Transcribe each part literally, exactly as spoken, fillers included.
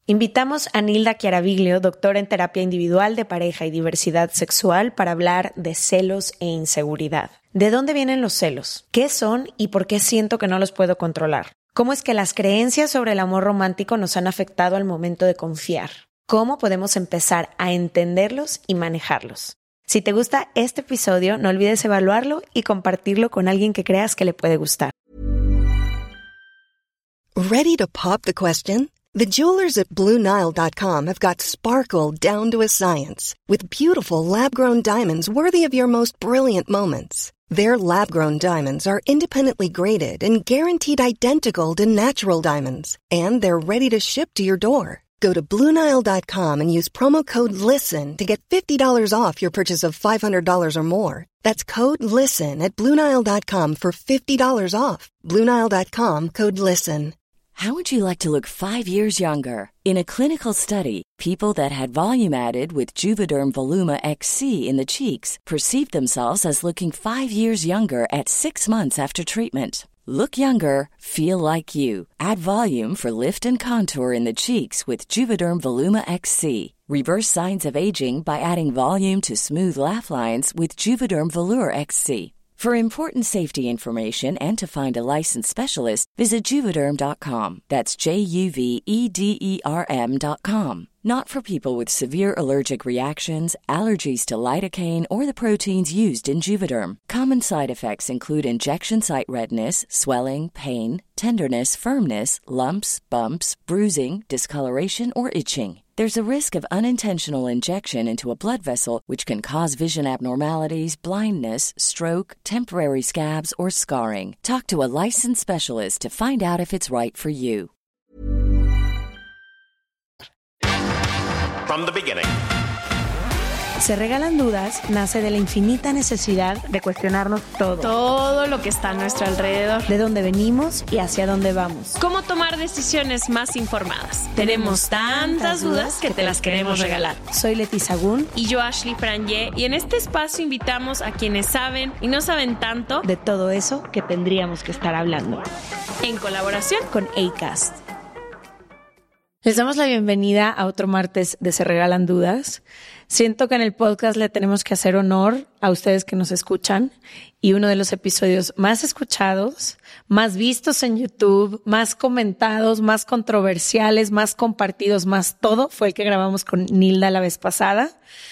Invitamos a Nilda Chiaraviglio, doctora en terapia individual de pareja y diversidad sexual, para hablar de celos e inseguridad. ¿De dónde vienen los celos? ¿Qué son y por qué siento que no los puedo controlar? ¿Cómo es que las creencias sobre el amor romántico nos han afectado al momento de confiar? ¿Cómo podemos empezar a entenderlos y manejarlos? Si te gusta este episodio, no olvides evaluarlo y compartirlo con alguien que creas que le puede gustar. Ready to pop the question? The jewelers at Blue Nile dot com have got sparkle down to a science with beautiful lab-grown diamonds worthy of your most brilliant moments. Their lab-grown diamonds are independently graded and guaranteed identical to natural diamonds, and they're ready to ship to your door. Go to Blue Nile dot com and use promo code LISTEN to get fifty dollars off your purchase of five hundred dollars or more. That's code LISTEN at Blue Nile dot com for fifty dollars off. Blue Nile dot com, code LISTEN. How would you like to look five years younger? In a clinical study, people that had volume added with Juvederm Voluma X C in the cheeks perceived themselves as looking five years younger at six months after treatment. Look younger, feel like you. Add volume for lift and contour in the cheeks with Juvederm Voluma X C. Reverse signs of aging by adding volume to smooth laugh lines with Juvederm Volure X C. For important safety information and to find a licensed specialist, visit Juvederm dot com. That's J U V E D E R M dot com. Not for people with severe allergic reactions, allergies to lidocaine, or the proteins used in Juvederm. Common side effects include injection site redness, swelling, pain, tenderness, firmness, lumps, bumps, bruising, discoloration, or itching. There's a risk of unintentional injection into a blood vessel, which can cause vision abnormalities, blindness, stroke, temporary scabs, or scarring. Talk to a licensed specialist to find out if it's right for you. From the beginning. Se Regalan Dudas nace de la infinita necesidad de cuestionarnos todo. Todo lo que está a nuestro alrededor. De dónde venimos y hacia dónde vamos. Cómo tomar decisiones más informadas. Tenemos tantas dudas que te las queremos regalar. Soy Leti Sagún. Y yo, Ashley Franje. Y en este espacio invitamos a quienes saben y no saben tanto de todo eso que tendríamos que estar hablando. En colaboración con Acast. Les damos la bienvenida a otro martes de Se Regalan Dudas. Siento que en el podcast le tenemos que hacer honor a ustedes que nos escuchan, y uno de los episodios más escuchados, más vistos en YouTube, más comentados, más controversiales, más compartidos, más todo, fue el que grabamos con Nilda la vez pasada.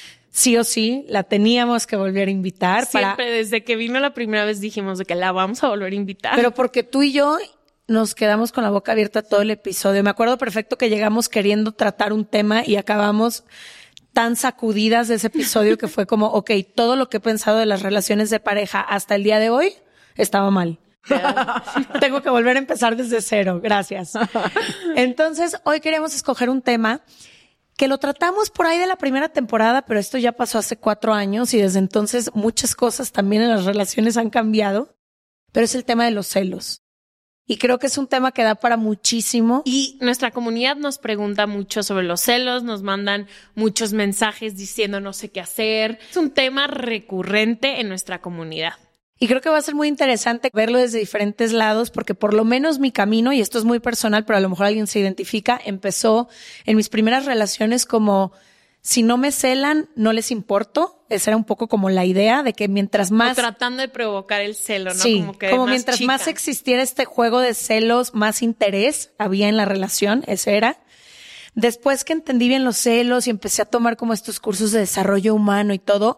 Sí o sí, la teníamos que volver a invitar. Siempre, para... desde que vino la primera vez dijimos de que la vamos a volver a invitar. Pero porque tú y yo nos quedamos con la boca abierta todo el episodio. Me acuerdo perfecto que llegamos queriendo tratar un tema y acabamos tan sacudidas de ese episodio que fue como, ok, todo lo que he pensado de las relaciones de pareja hasta el día de hoy estaba mal. Tengo que volver a empezar desde cero. Gracias. Entonces, hoy queremos escoger un tema que lo tratamos por ahí de la primera temporada, pero esto ya pasó hace cuatro años y desde entonces muchas cosas también en las relaciones han cambiado, pero es el tema de los celos. Y creo que es un tema que da para muchísimo. Y nuestra comunidad nos pregunta mucho sobre los celos, nos mandan muchos mensajes diciendo no sé qué hacer. Es un tema recurrente en nuestra comunidad. Y creo que va a ser muy interesante verlo desde diferentes lados, porque por lo menos mi camino, y esto es muy personal, pero a lo mejor alguien se identifica, empezó en mis primeras relaciones como, si no me celan, no les importo. Esa era un poco como la idea de que mientras más... O tratando de provocar el celo, ¿no? Sí, como, que como más mientras chica. más existiera este juego de celos, más interés había en la relación, ese era. Después que entendí bien los celos y empecé a tomar como estos cursos de desarrollo humano y todo,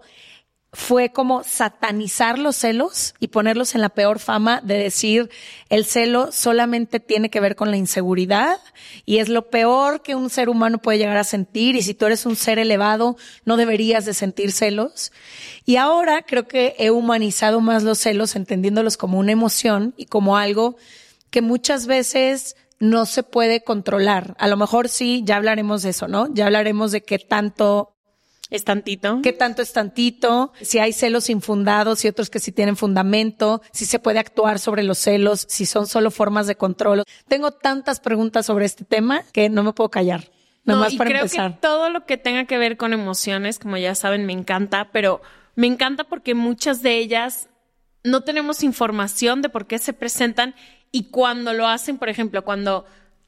fue como satanizar los celos y ponerlos en la peor fama de decir el celo solamente tiene que ver con la inseguridad y es lo peor que un ser humano puede llegar a sentir, y si tú eres un ser elevado no deberías de sentir celos. Y ahora creo que he humanizado más los celos, entendiéndolos como una emoción y como algo que muchas veces no se puede controlar. A lo mejor sí, ya hablaremos de eso, ¿no? Ya hablaremos de qué tanto ¿Es tantito? ¿Qué tanto es tantito? Si hay celos infundados y otros que sí tienen fundamento, si se puede actuar sobre los celos, si son solo formas de control. Tengo tantas preguntas sobre este tema que no me puedo callar. Nada no, más y para creo empezar. Que todo lo que tenga que ver con emociones, como ya saben, me encanta, pero me encanta porque muchas de ellas no tenemos información de por qué se presentan, y cuando lo hacen, por ejemplo, cuando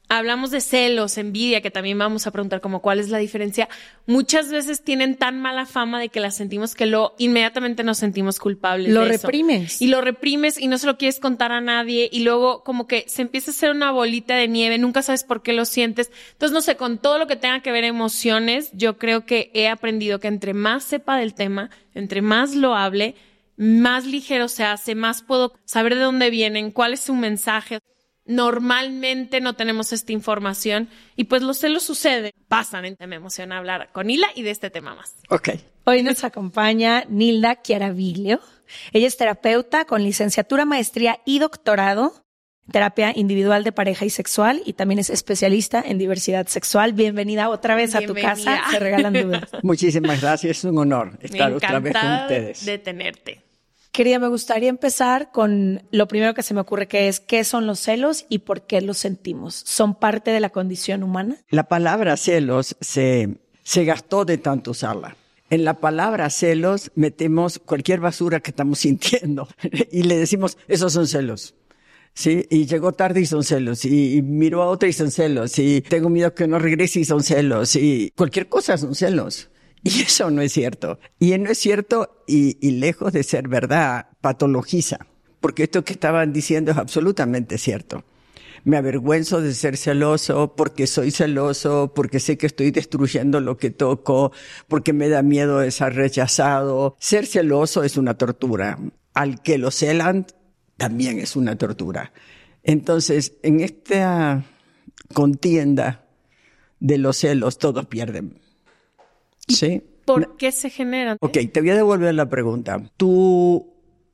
hablamos de celos, envidia, que también vamos a preguntar como cuál es la diferencia. Muchas veces tienen tan mala fama de que las sentimos que lo inmediatamente nos sentimos culpables Lo de eso. reprimes. Y lo reprimes y no se lo quieres contar a nadie y luego como que se empieza a hacer una bolita de nieve, nunca sabes por qué lo sientes. Entonces, no sé, con todo lo que tenga que ver emociones, yo creo que he aprendido que entre más sepa del tema, entre más lo hable, más ligero se hace, más puedo saber de dónde vienen, cuál es su mensaje. Normalmente no tenemos esta información y pues los celos suceden, pasan. Me emociona hablar con Nilda y de este tema más. Ok. Hoy nos acompaña Nilda Chiaraviglio. Ella es terapeuta con licenciatura, maestría y doctorado en terapia individual de pareja y sexual y también es especialista en diversidad sexual. Bienvenida otra vez Bienvenida. a tu casa. Se regalan dudas. Muchísimas gracias, es un honor estar otra vez con ustedes. De tenerte. Querida, me gustaría empezar con lo primero que se me ocurre, que es ¿qué son los celos y por qué los sentimos? ¿Son parte de la condición humana? La palabra celos se, se gastó de tanto usarla. En la palabra celos metemos cualquier basura que estamos sintiendo y le decimos, esos son celos. Sí, y llegó tarde y son celos, y, y miró a otra y son celos, y tengo miedo que no regrese y son celos, y cualquier cosa son celos. Y eso no es cierto. Y no es cierto y, y lejos de ser verdad, patologiza. Porque esto que estaban diciendo es absolutamente cierto. Me avergüenzo de ser celoso porque soy celoso, porque sé que estoy destruyendo lo que toco, porque me da miedo de ser rechazado. Ser celoso es una tortura. Al que lo celan también es una tortura. Entonces, en esta contienda de los celos, todos pierden. ¿Sí? ¿Por qué se generan? Ok, te voy a devolver la pregunta. ¿Tú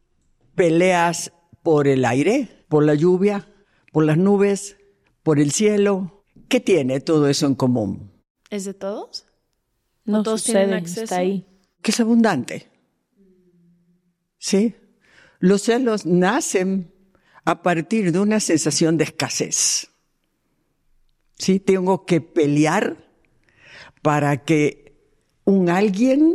peleas por el aire, por la lluvia, por las nubes, por el cielo? ¿Qué tiene todo eso en común? ¿Es de todos? No todos sucede, tienen acceso. está ahí. Que es abundante. ¿Sí? Los celos nacen a partir de una sensación de escasez. ¿Sí? Tengo que pelear para que un alguien,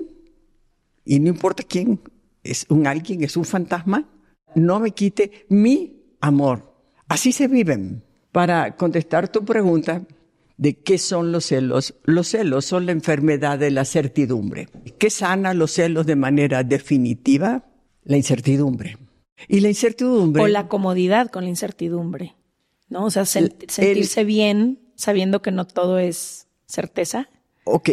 y no importa quién, es un alguien, es un fantasma, no me quite mi amor. Así se viven. Para contestar tu pregunta de qué son los celos, los celos son la enfermedad de la certidumbre. ¿Qué sana los celos de manera definitiva? La incertidumbre. Y la incertidumbre... O la comodidad con la incertidumbre, ¿no? O sea, sen- El- sentirse bien sabiendo que no todo es certeza. Ok,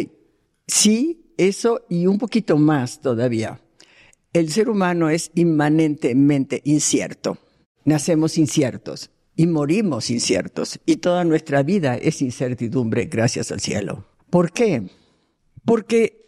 sí, eso y un poquito más todavía. El ser humano es inmanentemente incierto. Nacemos inciertos y morimos inciertos. Y toda nuestra vida es incertidumbre, gracias al cielo. ¿Por qué? Porque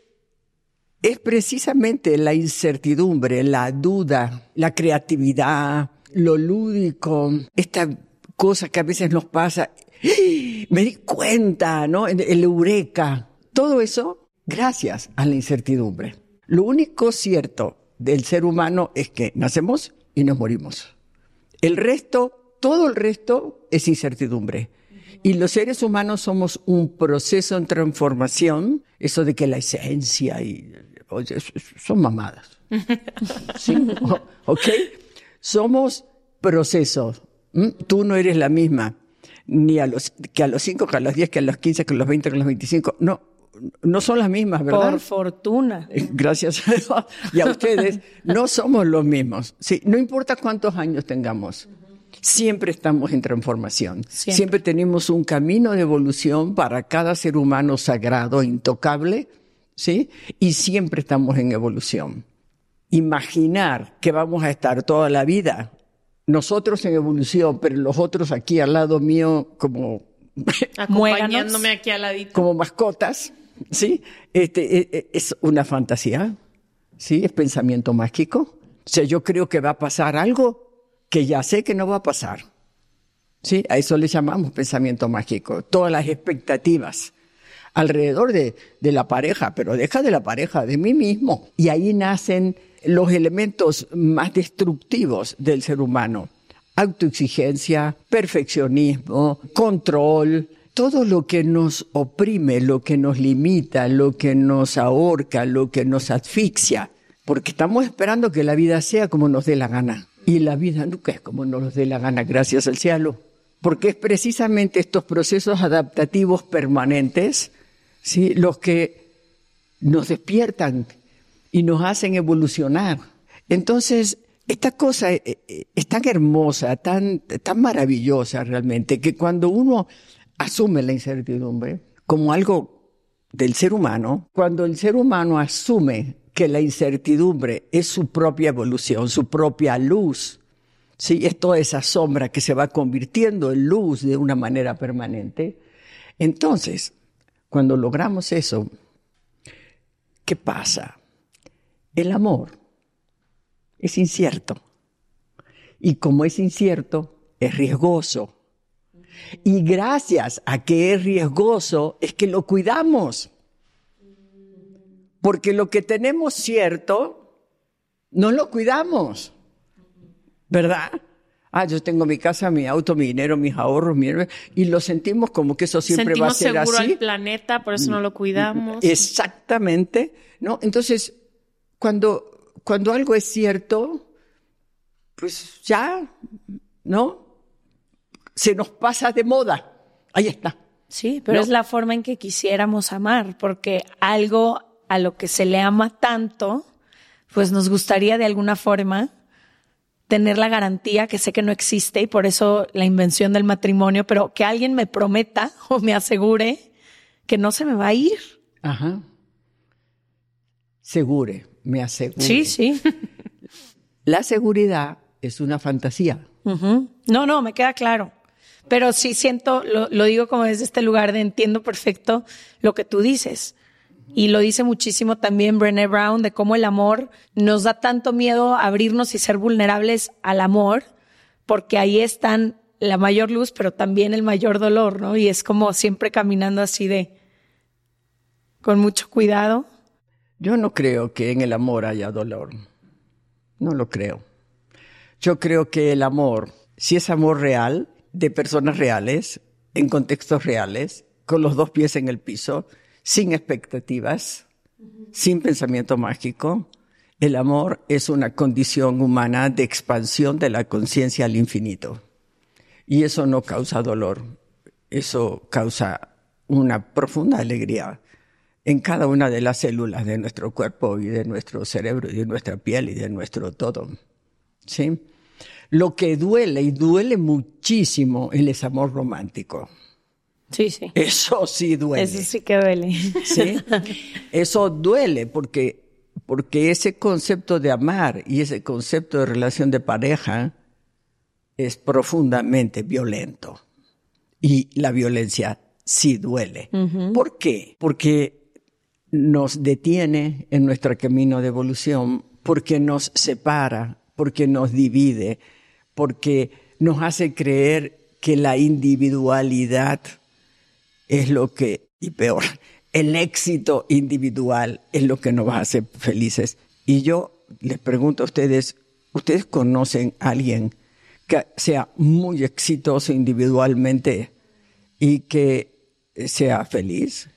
es precisamente la incertidumbre, la duda, la creatividad, lo lúdico, esta cosa que a veces nos pasa. Me di cuenta, ¿no? El eureka. Todo eso gracias a la incertidumbre. Lo único cierto del ser humano es que nacemos y nos morimos. El resto, todo el resto es incertidumbre. Y los seres humanos somos un proceso en transformación. Eso de que la esencia y... Oye, son mamadas. ¿Sí? ¿Ok? Somos procesos. ¿Mm? Tú no eres la misma. Ni a los, que a los cinco, que a los diez, que a los quince, que a los veinte, que a los veinticinco. No, no son las mismas, ¿verdad? Por fortuna. Gracias a Dios. Y a ustedes, no somos los mismos. Sí, no importa cuántos años tengamos. Siempre estamos en transformación. Siempre. Siempre tenemos un camino de evolución para cada ser humano sagrado, intocable, ¿sí? Y siempre estamos en evolución. Imaginar que vamos a estar toda la vida, nosotros en evolución, pero los otros aquí al lado mío como, Acompañándome aquí al ladito. como mascotas, ¿sí? Este, es una fantasía, ¿sí? Es pensamiento mágico. O sea, yo creo que va a pasar algo que ya sé que no va a pasar. ¿Sí? A eso le llamamos pensamiento mágico. Todas las expectativas alrededor de, de la pareja, pero deja de la pareja, de mí mismo. Y ahí nacen los elementos más destructivos del ser humano. Autoexigencia, perfeccionismo, control, todo lo que nos oprime, lo que nos limita, lo que nos ahorca, lo que nos asfixia. Porque estamos esperando que la vida sea como nos dé la gana. Y la vida nunca es como nos dé la gana, gracias al cielo. porque es precisamente estos procesos adaptativos permanentes, ¿sí?, los que nos despiertan y nos hacen evolucionar. Entonces, esta cosa es tan hermosa, tan, tan maravillosa realmente, que cuando uno asume la incertidumbre como algo del ser humano, cuando el ser humano asume que la incertidumbre es su propia evolución, su propia luz, ¿sí?, es toda esa sombra que se va convirtiendo en luz de una manera permanente. Entonces, cuando logramos eso, ¿qué pasa? El amor es incierto. Y como es incierto, es riesgoso. Y gracias a que es riesgoso, es que lo cuidamos. Porque lo que tenemos cierto, no lo cuidamos. ¿Verdad? Ah, yo tengo mi casa, mi auto, mi dinero, mis ahorros, mi... y lo sentimos como que eso siempre sentimos va a ser así. Sentimos seguro al planeta, por eso no lo cuidamos. Exactamente, ¿no? Entonces, cuando, cuando algo es cierto, pues ya, ¿no? Se nos pasa de moda. Ahí está. Sí, pero ¿no? es la forma en que quisiéramos amar, porque algo a lo que se le ama tanto, pues nos gustaría de alguna forma tener la garantía, que sé que no existe y por eso la invención del matrimonio, pero que alguien me prometa o me asegure que no se me va a ir. Ajá. Segure, me asegure. Sí, sí. La seguridad es una fantasía. Uh-huh. No, no, me queda claro. Pero sí siento, lo, lo digo como desde este lugar de entiendo perfecto lo que tú dices. Y lo dice muchísimo también Brené Brown, de cómo el amor nos da tanto miedo abrirnos y ser vulnerables al amor, porque ahí están la mayor luz, pero también el mayor dolor, ¿no? Y es como siempre caminando así de, con mucho cuidado. Yo no creo que en el amor haya dolor. No lo creo. Yo creo que el amor, si es amor real, de personas reales, en contextos reales, con los dos pies en el piso, sin expectativas, uh-huh. sin pensamiento mágico. El amor es una condición humana de expansión de la conciencia al infinito. Y eso no causa dolor, eso causa una profunda alegría en cada una de las células de nuestro cuerpo y de nuestro cerebro y de nuestra piel y de nuestro todo. ¿Sí? Lo que duele, y duele muchísimo, el es amor romántico. Sí, sí. Eso sí duele. Eso sí que duele. ¿Sí? Eso duele porque, porque ese concepto de amar y ese concepto de relación de pareja es profundamente violento. Y la violencia sí duele. Uh-huh. ¿Por qué? Porque nos detiene en nuestro camino de evolución, porque nos separa, porque nos divide, porque nos hace creer que la individualidad es lo que, y peor, el éxito individual es lo que nos va a hacer felices. Y yo les pregunto a ustedes, ¿ustedes conocen a alguien que sea muy exitoso individualmente y que sea feliz?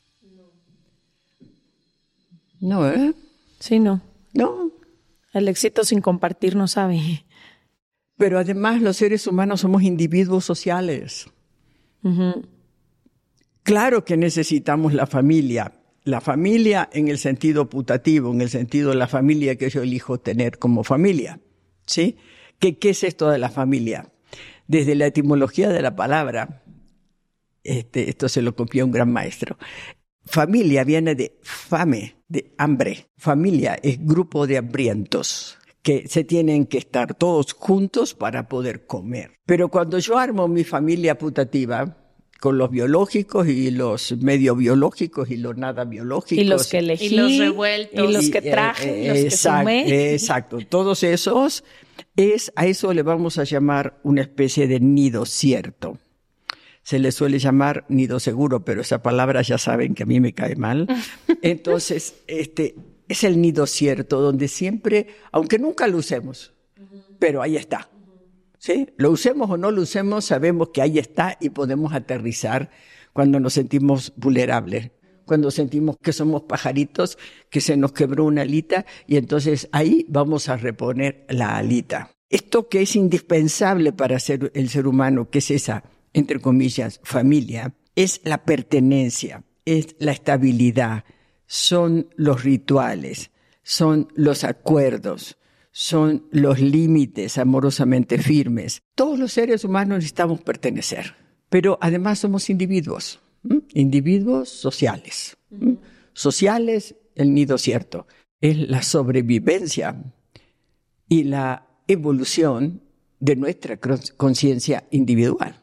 No, ¿eh? Sí, no. No. El éxito sin compartir no sabe. Pero además los seres humanos somos individuos sociales. Uh-huh. Claro que necesitamos la familia, la familia en el sentido putativo, en el sentido de la familia que yo elijo tener como familia, ¿sí? ¿Qué, qué es esto de la familia? Desde la etimología de la palabra, este, esto se lo copió un gran maestro. Familia viene de fame, de hambre. Familia es grupo de hambrientos que se tienen que estar todos juntos para poder comer. Pero cuando yo armo mi familia putativa, con los biológicos y los medio biológicos y los nada biológicos. Y los que elegí. Y los revueltos. Y los que traje, eh, eh, los que exacto, sumé. Exacto. Todos esos, es, a eso le vamos a llamar una especie de nido cierto. Se le suele llamar nido seguro, pero esa palabra ya saben que a mí me cae mal. Entonces, este, es el nido cierto, donde siempre, aunque nunca lo usemos, pero ahí está. ¿Sí? Lo usemos o no lo usemos, sabemos que ahí está y podemos aterrizar cuando nos sentimos vulnerables, cuando sentimos que somos pajaritos, que se nos quebró una alita y entonces ahí vamos a reponer la alita. esto que es indispensable para ser el ser humano, que es esa, entre comillas, familia, es la pertenencia, es la estabilidad, son los rituales, son los acuerdos, son los límites amorosamente firmes. Todos los seres humanos necesitamos pertenecer, pero además somos individuos, ¿m? individuos sociales. ¿m? Sociales, el nido cierto, es la sobrevivencia y la evolución de nuestra conciencia individual.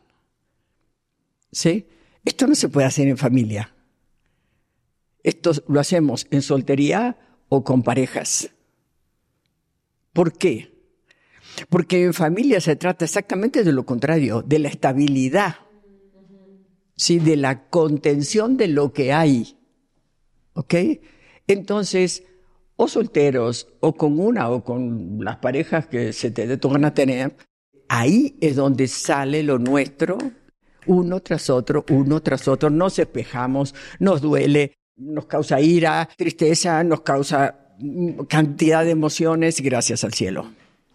¿Sí? Esto no se puede hacer en familia. Esto lo hacemos en soltería o con parejas. ¿Por qué? Porque en familia se trata exactamente de lo contrario, de la estabilidad, ¿sí? De la contención de lo que hay. ¿Ok? Entonces, o solteros, o con una, o con las parejas que se te tocan a tener, ahí es donde sale lo nuestro, uno tras otro, uno tras otro, nos espejamos, nos duele, nos causa ira, tristeza, nos causa cantidad de emociones, gracias al cielo.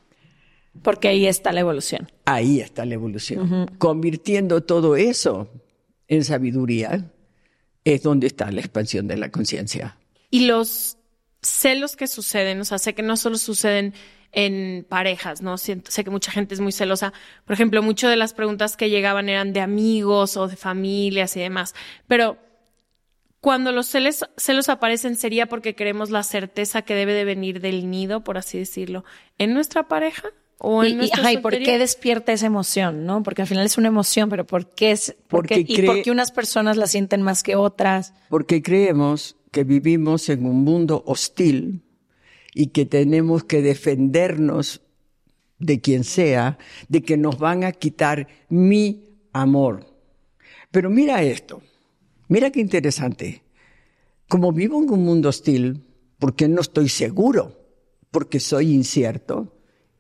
Porque ahí está la evolución. Ahí está la evolución. Uh-huh. Convirtiendo todo eso en sabiduría es donde está la expansión de la conciencia. Y los celos que suceden, o sea, sé que no solo suceden en parejas, ¿no? Siento, sé que mucha gente es muy celosa. Por ejemplo, muchas de las preguntas que llegaban eran de amigos o de familias y demás. Pero cuando los celos, celos aparecen, ¿sería porque queremos la certeza que debe de venir del nido, por así decirlo, en nuestra pareja? ¿O en y, nuestra y, ajá, ¿y soltería? por qué despierta esa emoción, no? Porque al final es una emoción, pero ¿por qué es? ¿Por qué, cree, ¿Y por qué unas personas la sienten más que otras? Porque creemos que vivimos en un mundo hostil y que tenemos que defendernos de quien sea, de que nos van a quitar mi amor. Pero mira esto, mira qué interesante. Como vivo en un mundo hostil, porque no estoy seguro, porque soy incierto,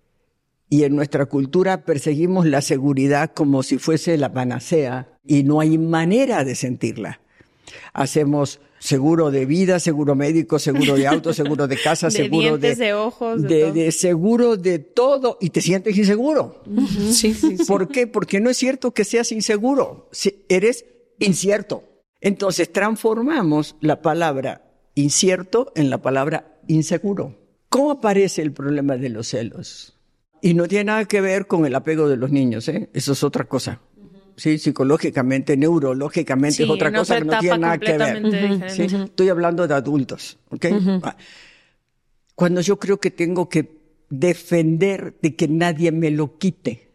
y en nuestra cultura perseguimos la seguridad como si fuese la panacea, y no hay manera de sentirla. Hacemos seguro de vida, seguro médico, seguro de auto, seguro de casa, de seguro dientes, de, de ojos, de, de, todo. de seguro de todo, y te sientes inseguro. Uh-huh. Sí, sí, sí. ¿Por qué? Porque no es cierto que seas inseguro, eres incierto. Entonces transformamos la palabra incierto en la palabra inseguro. ¿Cómo aparece el problema de los celos? Y no tiene nada que ver con el apego de los niños, ¿eh? Eso es otra cosa. Sí, psicológicamente, neurológicamente sí, es otra cosa que no tiene nada que ver. Uh-huh. ¿Sí? Estoy hablando de adultos, ¿ok? Uh-huh. Cuando yo creo que tengo que defender de que nadie me lo quite,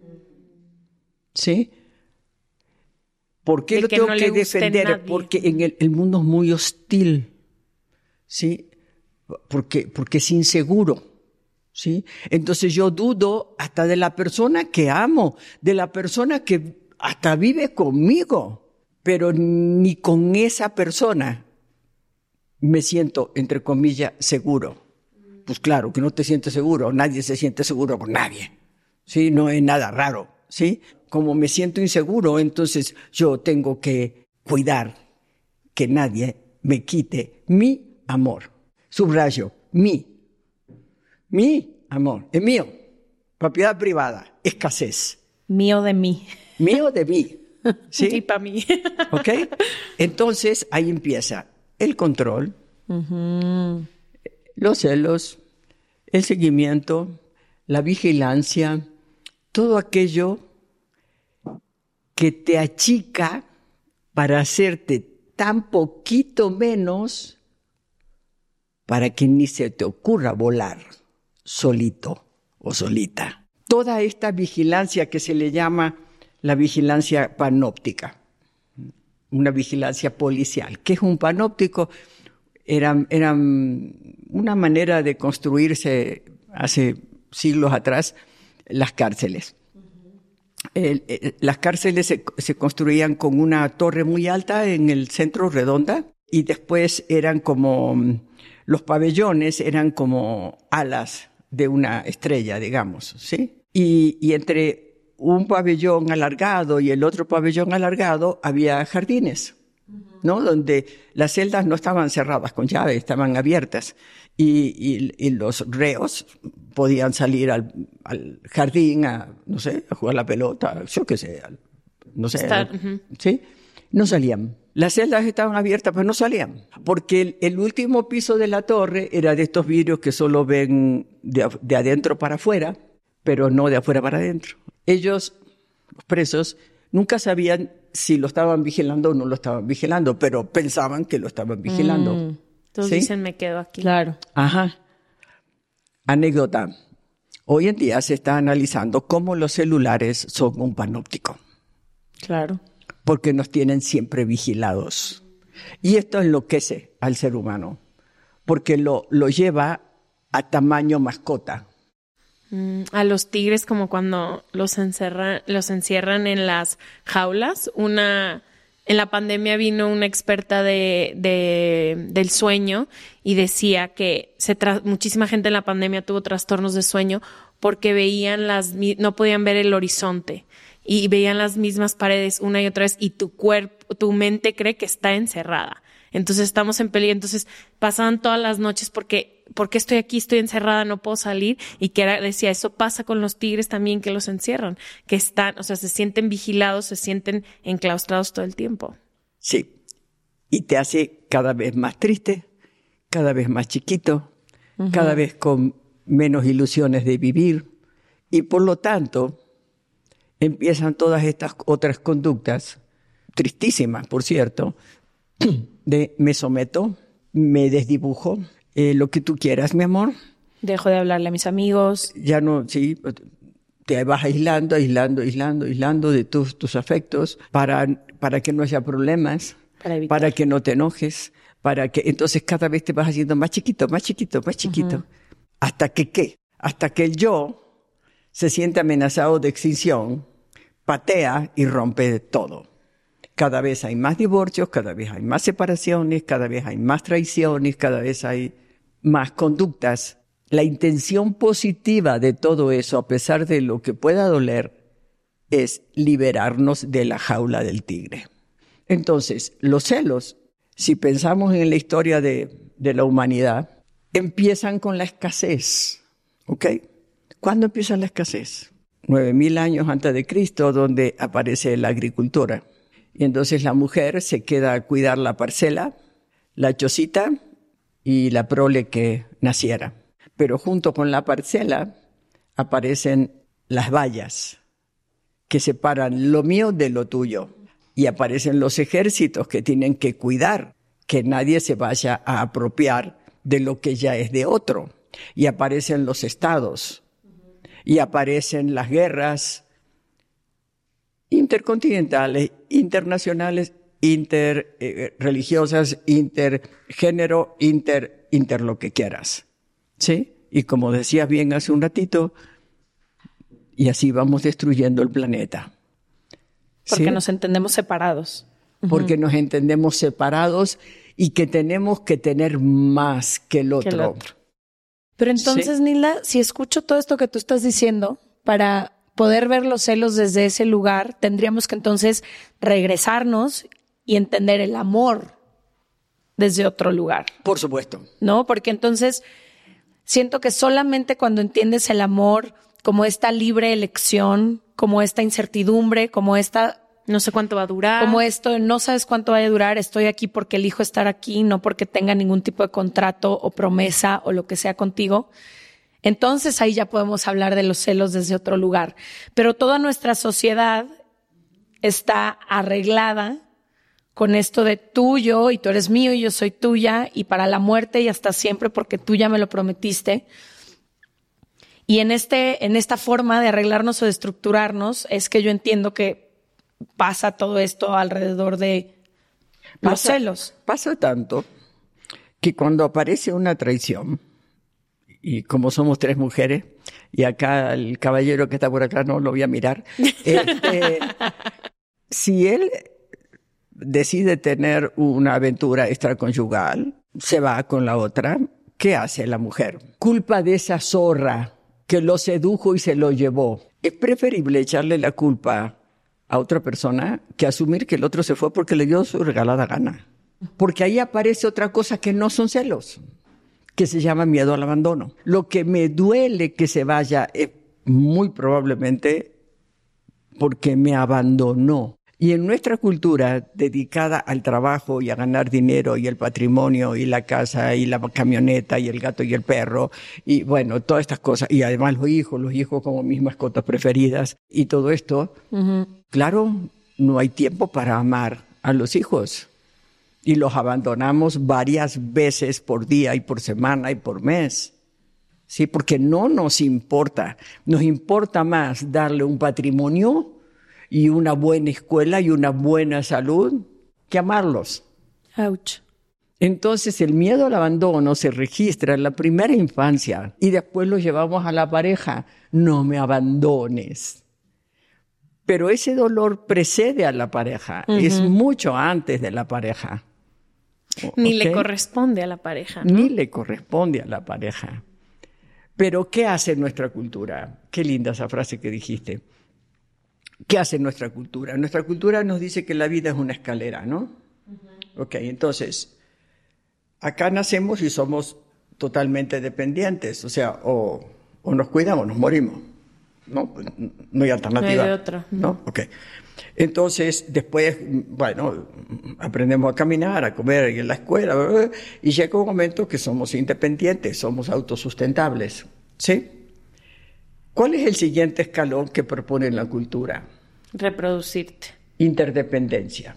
¿sí? ¿Por qué de lo que tengo no que defender? Porque en el, el mundo es muy hostil, ¿sí? Porque, porque es inseguro. ¿Sí? Entonces yo dudo hasta de la persona que amo, de la persona que hasta vive conmigo, pero ni con esa persona me siento, entre comillas, seguro. Pues claro, que no te sientes seguro, nadie se siente seguro con nadie, ¿sí? No es nada raro, ¿sí? Como me siento inseguro, entonces yo tengo que cuidar que nadie me quite mi amor. Subrayo, mi. Mi amor, es mío, propiedad privada, escasez. Mío de mí. Mío de mí. Sí, sí para mí. ¿Ok? Entonces ahí empieza el control, uh-huh. los celos, el seguimiento, la vigilancia, todo aquello que te achica para hacerte tan poquito menos para que ni se te ocurra volar solito o solita. Toda esta vigilancia que se le llama la vigilancia panóptica, una vigilancia policial. ¿Qué es un panóptico? Era, era una manera de construirse hace siglos atrás las cárceles. El, el, las cárceles se, se construían con una torre muy alta en el centro, redonda, y después eran como, los pabellones eran como alas de una estrella, digamos, ¿sí? Y, y entre un pabellón alargado y el otro pabellón alargado había jardines, ¿no? Donde las celdas no estaban cerradas con llave, estaban abiertas. Y, y, y los reos podían salir al, al jardín a, no sé, a jugar la pelota, yo qué sé, al, no sé, Estar, al, uh-huh. ¿sí? No salían. Las celdas estaban abiertas, pero no salían. Porque el, el último piso de la torre era de estos vidrios que solo ven de, de adentro para afuera, pero no de afuera para adentro. Ellos, los presos, nunca sabían si lo estaban vigilando o no lo estaban vigilando, pero pensaban que lo estaban vigilando. Mm. Entonces ¿Sí? dicen, me quedo aquí. Claro. Ajá. Anécdota. Hoy en día se está analizando cómo los celulares son un panóptico. Claro. Porque nos tienen siempre vigilados. Y esto enloquece al ser humano, porque lo, lo lleva a tamaño mascota. Mm, a los tigres como cuando los encerran, los encierran en las jaulas. Una, en la pandemia vino una experta de, de del sueño y decía que se tra- muchísima gente en la pandemia tuvo trastornos de sueño porque veían las, no podían ver el horizonte. Y veían las mismas paredes una y otra vez y tu cuerpo, tu mente cree que está encerrada. Entonces estamos en peligro. Entonces pasaban todas las noches porque, porque estoy aquí, estoy encerrada, no puedo salir. Y que era, decía, eso pasa con los tigres también que los encierran, que están, o sea, se sienten vigilados, se sienten enclaustrados todo el tiempo. Sí. Y te hace cada vez más triste, cada vez más chiquito, uh-huh. cada vez con menos ilusiones de vivir. Y por lo tanto, empiezan todas estas otras conductas, tristísimas, por cierto, de me someto, me desdibujo, eh, lo que tú quieras, mi amor. Dejo de hablarle a mis amigos. Ya no, sí, te vas aislando, aislando, aislando, aislando de tus, tus afectos para, para que no haya problemas, para, evitar. para que no te enojes, para que entonces cada vez te vas haciendo más chiquito, más chiquito, más chiquito. Uh-huh. ¿Hasta que qué? Hasta que el yo se siente amenazado de extinción, patea y rompe todo. Cada vez hay más divorcios, cada vez hay más separaciones, cada vez hay más traiciones, cada vez hay más conductas. La intención positiva de todo eso, a pesar de lo que pueda doler, es liberarnos de la jaula del tigre. Entonces, los celos, si pensamos en la historia de, de la humanidad, empiezan con la escasez, ¿ok? ¿Cuándo empieza la escasez? Nueve mil años antes de Cristo, donde aparece la agricultura. Y entonces la mujer se queda a cuidar la parcela, la chocita y la prole que naciera. Pero junto con la parcela aparecen las vallas que separan lo mío de lo tuyo. Y aparecen los ejércitos que tienen que cuidar que nadie se vaya a apropiar de lo que ya es de otro. Y aparecen los estados. Y aparecen las guerras intercontinentales, internacionales, interreligiosas, eh, intergénero, inter, inter lo que quieras. ¿Sí? Y como decías bien hace un ratito, y así vamos destruyendo el planeta. Porque ¿sí? nos entendemos separados. Porque uh-huh. nos entendemos separados y que tenemos que tener más que el otro. Que el otro. Pero entonces, ¿sí? Nilda, si escucho todo esto que tú estás diciendo, para poder ver los celos desde ese lugar, tendríamos que entonces regresarnos y entender el amor desde otro lugar. Por supuesto. ¿No? Porque entonces siento que solamente cuando entiendes el amor como esta libre elección, como esta incertidumbre, como esta... No sé cuánto va a durar. Como esto, no sabes cuánto vaya a durar, estoy aquí porque elijo estar aquí, no porque tenga ningún tipo de contrato o promesa o lo que sea contigo. Entonces ahí ya podemos hablar de los celos desde otro lugar. Pero toda nuestra sociedad está arreglada con esto de tuyo y tú eres mío y yo soy tuya y para la muerte y hasta siempre porque tú ya me lo prometiste. Y en este, en esta forma de arreglarnos o de estructurarnos es que yo entiendo que pasa todo esto alrededor de los pasa, celos. Pasa tanto que cuando aparece una traición, y como somos tres mujeres, y acá el caballero que está por acá no lo voy a mirar, este, si él decide tener una aventura extraconyugal, se va con la otra, ¿qué hace la mujer? Culpa de esa zorra que lo sedujo y se lo llevó. Es preferible echarle la culpa a otra persona que asumir que el otro se fue porque le dio su regalada gana. Porque ahí aparece otra cosa que no son celos, que se llama miedo al abandono. Lo que me duele que se vaya es muy probablemente porque me abandonó. Y en nuestra cultura dedicada al trabajo y a ganar dinero y el patrimonio y la casa y la camioneta y el gato y el perro y bueno, todas estas cosas, y además los hijos, los hijos como mis mascotas preferidas y todo esto, uh-huh. Claro, no hay tiempo para amar a los hijos y los abandonamos varias veces por día y por semana y por mes. Sí, porque no nos importa, nos importa más darle un patrimonio y una buena escuela y una buena salud que amarlos. Ouch. Entonces el miedo al abandono se registra en la primera infancia y después lo llevamos a la pareja. No me abandones. Pero ese dolor precede a la pareja, uh-huh. Es mucho antes de la pareja. Ni ¿Okay? le corresponde a la pareja, ¿no? Ni le corresponde a la pareja. Pero ¿qué hace nuestra cultura? Qué linda esa frase que dijiste. ¿Qué hace nuestra cultura? Nuestra cultura nos dice que la vida es una escalera, ¿no? Uh-huh. Ok, entonces, acá nacemos y somos totalmente dependientes, o sea, o, o nos cuidamos o nos morimos, ¿no? No hay alternativa. No hay de otra. ¿No? Ok. Entonces, después, bueno, aprendemos a caminar, a comer y en la escuela, ¿verdad? Y llega un momento que somos independientes, somos autosustentables, ¿sí? ¿Cuál es el siguiente escalón que propone la cultura? Reproducirte. Interdependencia.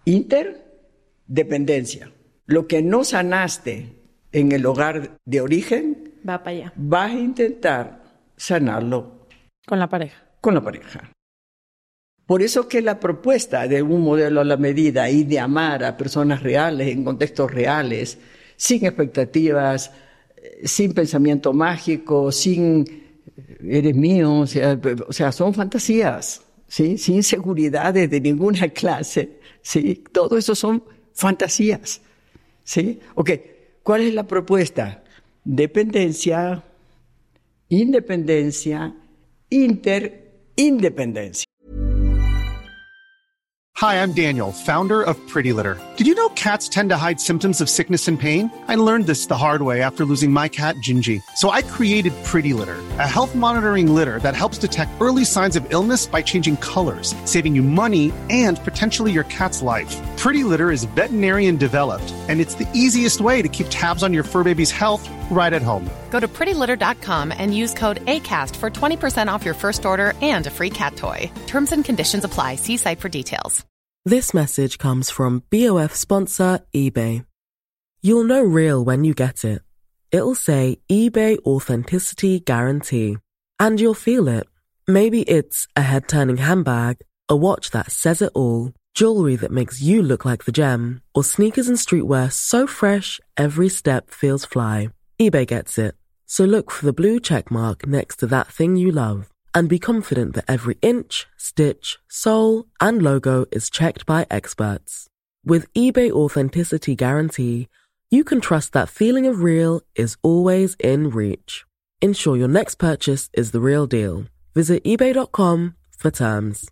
Interdependencia. Lo que no sanaste en el hogar de origen, va para allá. Vas a intentar sanarlo. Con la pareja. Con la pareja. Por eso que la propuesta de un modelo a la medida y de amar a personas reales, en contextos reales, sin expectativas, sin pensamiento mágico, sin... eres mío, o sea, o sea, son fantasías, ¿sí? Sin seguridades de ninguna clase, ¿sí? Todo eso son fantasías, ¿sí? Ok, ¿cuál es la propuesta? Dependencia, independencia, interindependencia. Hi, I'm Daniel, founder of Pretty Litter. Did you know cats tend to hide symptoms of sickness and pain? I learned this the hard way after losing my cat, Gingy. So I created Pretty Litter, a health monitoring litter that helps detect early signs of illness by changing colors, saving you money and potentially your cat's life. Pretty Litter is veterinarian developed, and it's the easiest way to keep tabs on your fur baby's health right at home. Go to pretty litter dot com and use code ACAST for twenty percent off your first order and a free cat toy. Terms and conditions apply. See site for details. This message comes from B O F sponsor eBay. You'll know real when you get it. It'll say eBay Authenticity Guarantee. And you'll feel it. Maybe it's a head-turning handbag, a watch that says it all, jewelry that makes you look like the gem, or sneakers and streetwear so fresh every step feels fly. eBay gets it. So look for the blue check mark next to that thing you love. And be confident that every inch, stitch, sole, and logo is checked by experts. With eBay Authenticity Guarantee, you can trust that feeling of real is always in reach. Ensure your next purchase is the real deal. Visit ebay dot com for terms.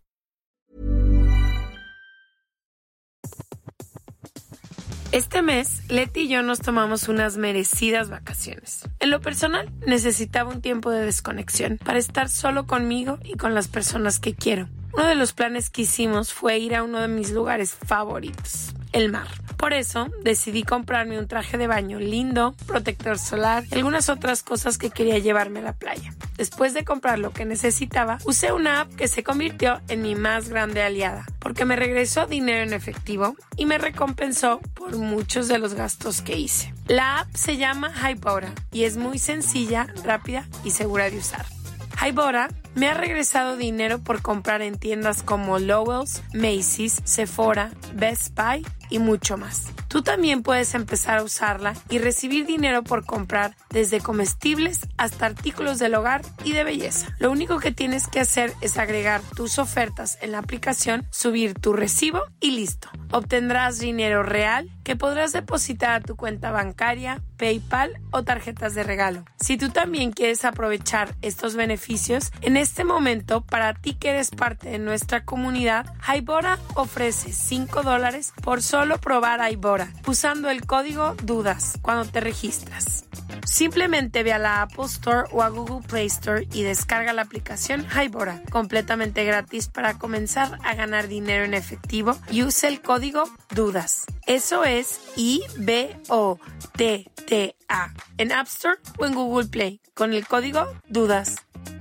Este mes, Leti y yo nos tomamos unas merecidas vacaciones. En lo personal, necesitaba un tiempo de desconexión para estar solo conmigo y con las personas que quiero. Uno de los planes que hicimos fue ir a uno de mis lugares favoritos, el mar. Por eso, decidí comprarme un traje de baño lindo, protector solar y algunas otras cosas que quería llevarme a la playa. Después de comprar lo que necesitaba, usé una app que se convirtió en mi más grande aliada, porque me regresó dinero en efectivo y me recompensó por muchos de los gastos que hice. La app se llama Hybora y es muy sencilla, rápida y segura de usar. Hybora me ha regresado dinero por comprar en tiendas como Lowell's, Macy's, Sephora, Best Buy y mucho más. Tú también puedes empezar a usarla y recibir dinero por comprar desde comestibles hasta artículos del hogar y de belleza. Lo único que tienes que hacer es agregar tus ofertas en la aplicación, subir tu recibo y listo. Obtendrás dinero real que podrás depositar a tu cuenta bancaria, PayPal o tarjetas de regalo. Si tú también quieres aprovechar estos beneficios, en este momento, para ti que eres parte de nuestra comunidad, Hybora ofrece cinco dólares por solo probar Hybora, usando el código DUDAS cuando te registras. Simplemente ve a la Apple Store o a Google Play Store y descarga la aplicación Hybora, completamente gratis para comenzar a ganar dinero en efectivo, y usa el código DUDAS. Eso es I B O D D A en App Store o en Google Play con el código DUDAS.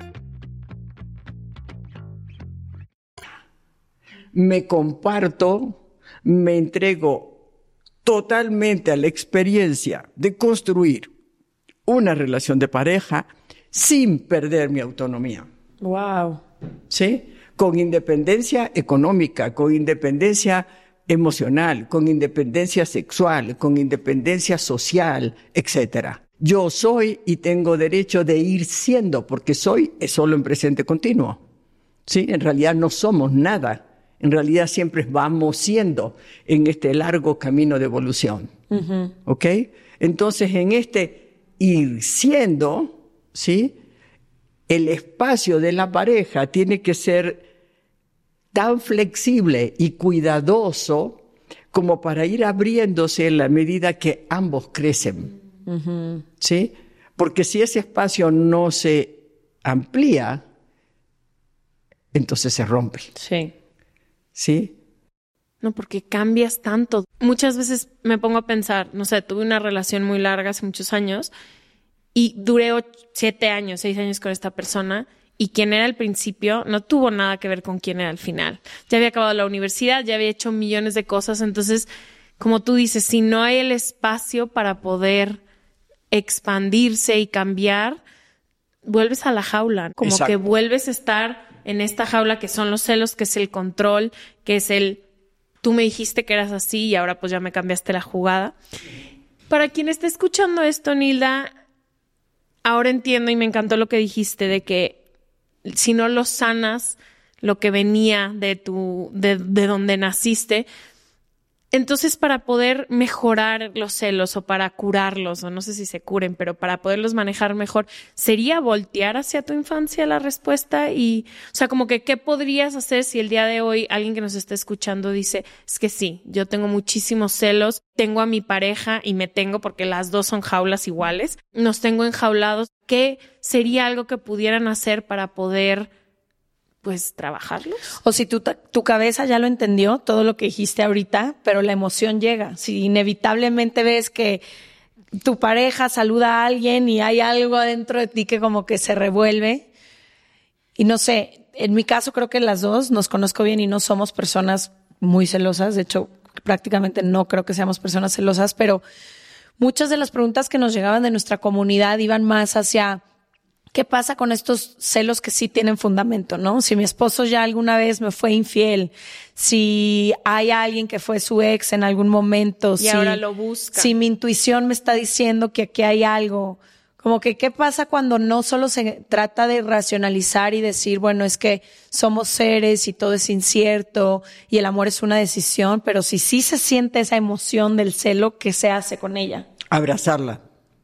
Me comparto, me entrego totalmente a la experiencia de construir una relación de pareja sin perder mi autonomía. Wow. ¿Sí? Con independencia económica, con independencia emocional, con independencia sexual, con independencia social, etcétera. Yo soy y tengo derecho de ir siendo, porque soy es solo en presente continuo. ¿Sí? En realidad no somos nada. En realidad siempre vamos siendo en este largo camino de evolución. Uh-huh. ¿Ok? Entonces, en este ir siendo, ¿sí? El espacio de la pareja tiene que ser tan flexible y cuidadoso como para ir abriéndose en la medida que ambos crecen. Uh-huh. ¿Sí? Porque si ese espacio no se amplía, entonces se rompe. Sí. ¿Sí? No, porque cambias tanto. Muchas veces me pongo a pensar, no sé, tuve una relación muy larga hace muchos años y duré ocho, siete años, seis años con esta persona, y quien era al principio no tuvo nada que ver con quién era al final. Ya había acabado la universidad, ya había hecho millones de cosas, entonces, como tú dices, si no hay el espacio para poder expandirse y cambiar, vuelves a la jaula. Como Exacto. que vuelves a estar en esta jaula que son los celos, que es el control, que es el tú me dijiste que eras así y ahora pues ya me cambiaste la jugada. Para quien esté escuchando esto, Nilda, ahora entiendo y me encantó lo que dijiste de que si no lo sanas, lo que venía de tu, de, de donde naciste, entonces para poder mejorar los celos o para curarlos, o no sé si se curen, pero para poderlos manejar mejor, ¿sería voltear hacia tu infancia la respuesta? Y, o sea, como que, ¿qué podrías hacer si el día de hoy alguien que nos está escuchando dice, es que sí, yo tengo muchísimos celos, tengo a mi pareja y me tengo porque las dos son jaulas iguales, nos tengo enjaulados? ¿Qué sería algo que pudieran hacer para poder pues trabajarlos? O si tu, tu cabeza ya lo entendió, todo lo que dijiste ahorita, pero la emoción llega. Si inevitablemente ves que tu pareja saluda a alguien y hay algo adentro de ti que como que se revuelve. Y no sé, en mi caso creo que las dos nos conozco bien y no somos personas muy celosas. De hecho, prácticamente no creo que seamos personas celosas, pero muchas de las preguntas que nos llegaban de nuestra comunidad iban más hacia ¿qué pasa con estos celos que sí tienen fundamento, no? Si mi esposo ya alguna vez me fue infiel, si hay alguien que fue su ex en algún momento, y si ahora lo busca, si mi intuición me está diciendo que aquí hay algo, como que ¿qué pasa cuando no solo se trata de racionalizar y decir, bueno, es que somos seres y todo es incierto y el amor es una decisión, pero si sí se siente esa emoción del celo, ¿qué se hace con ella? Abrazarla,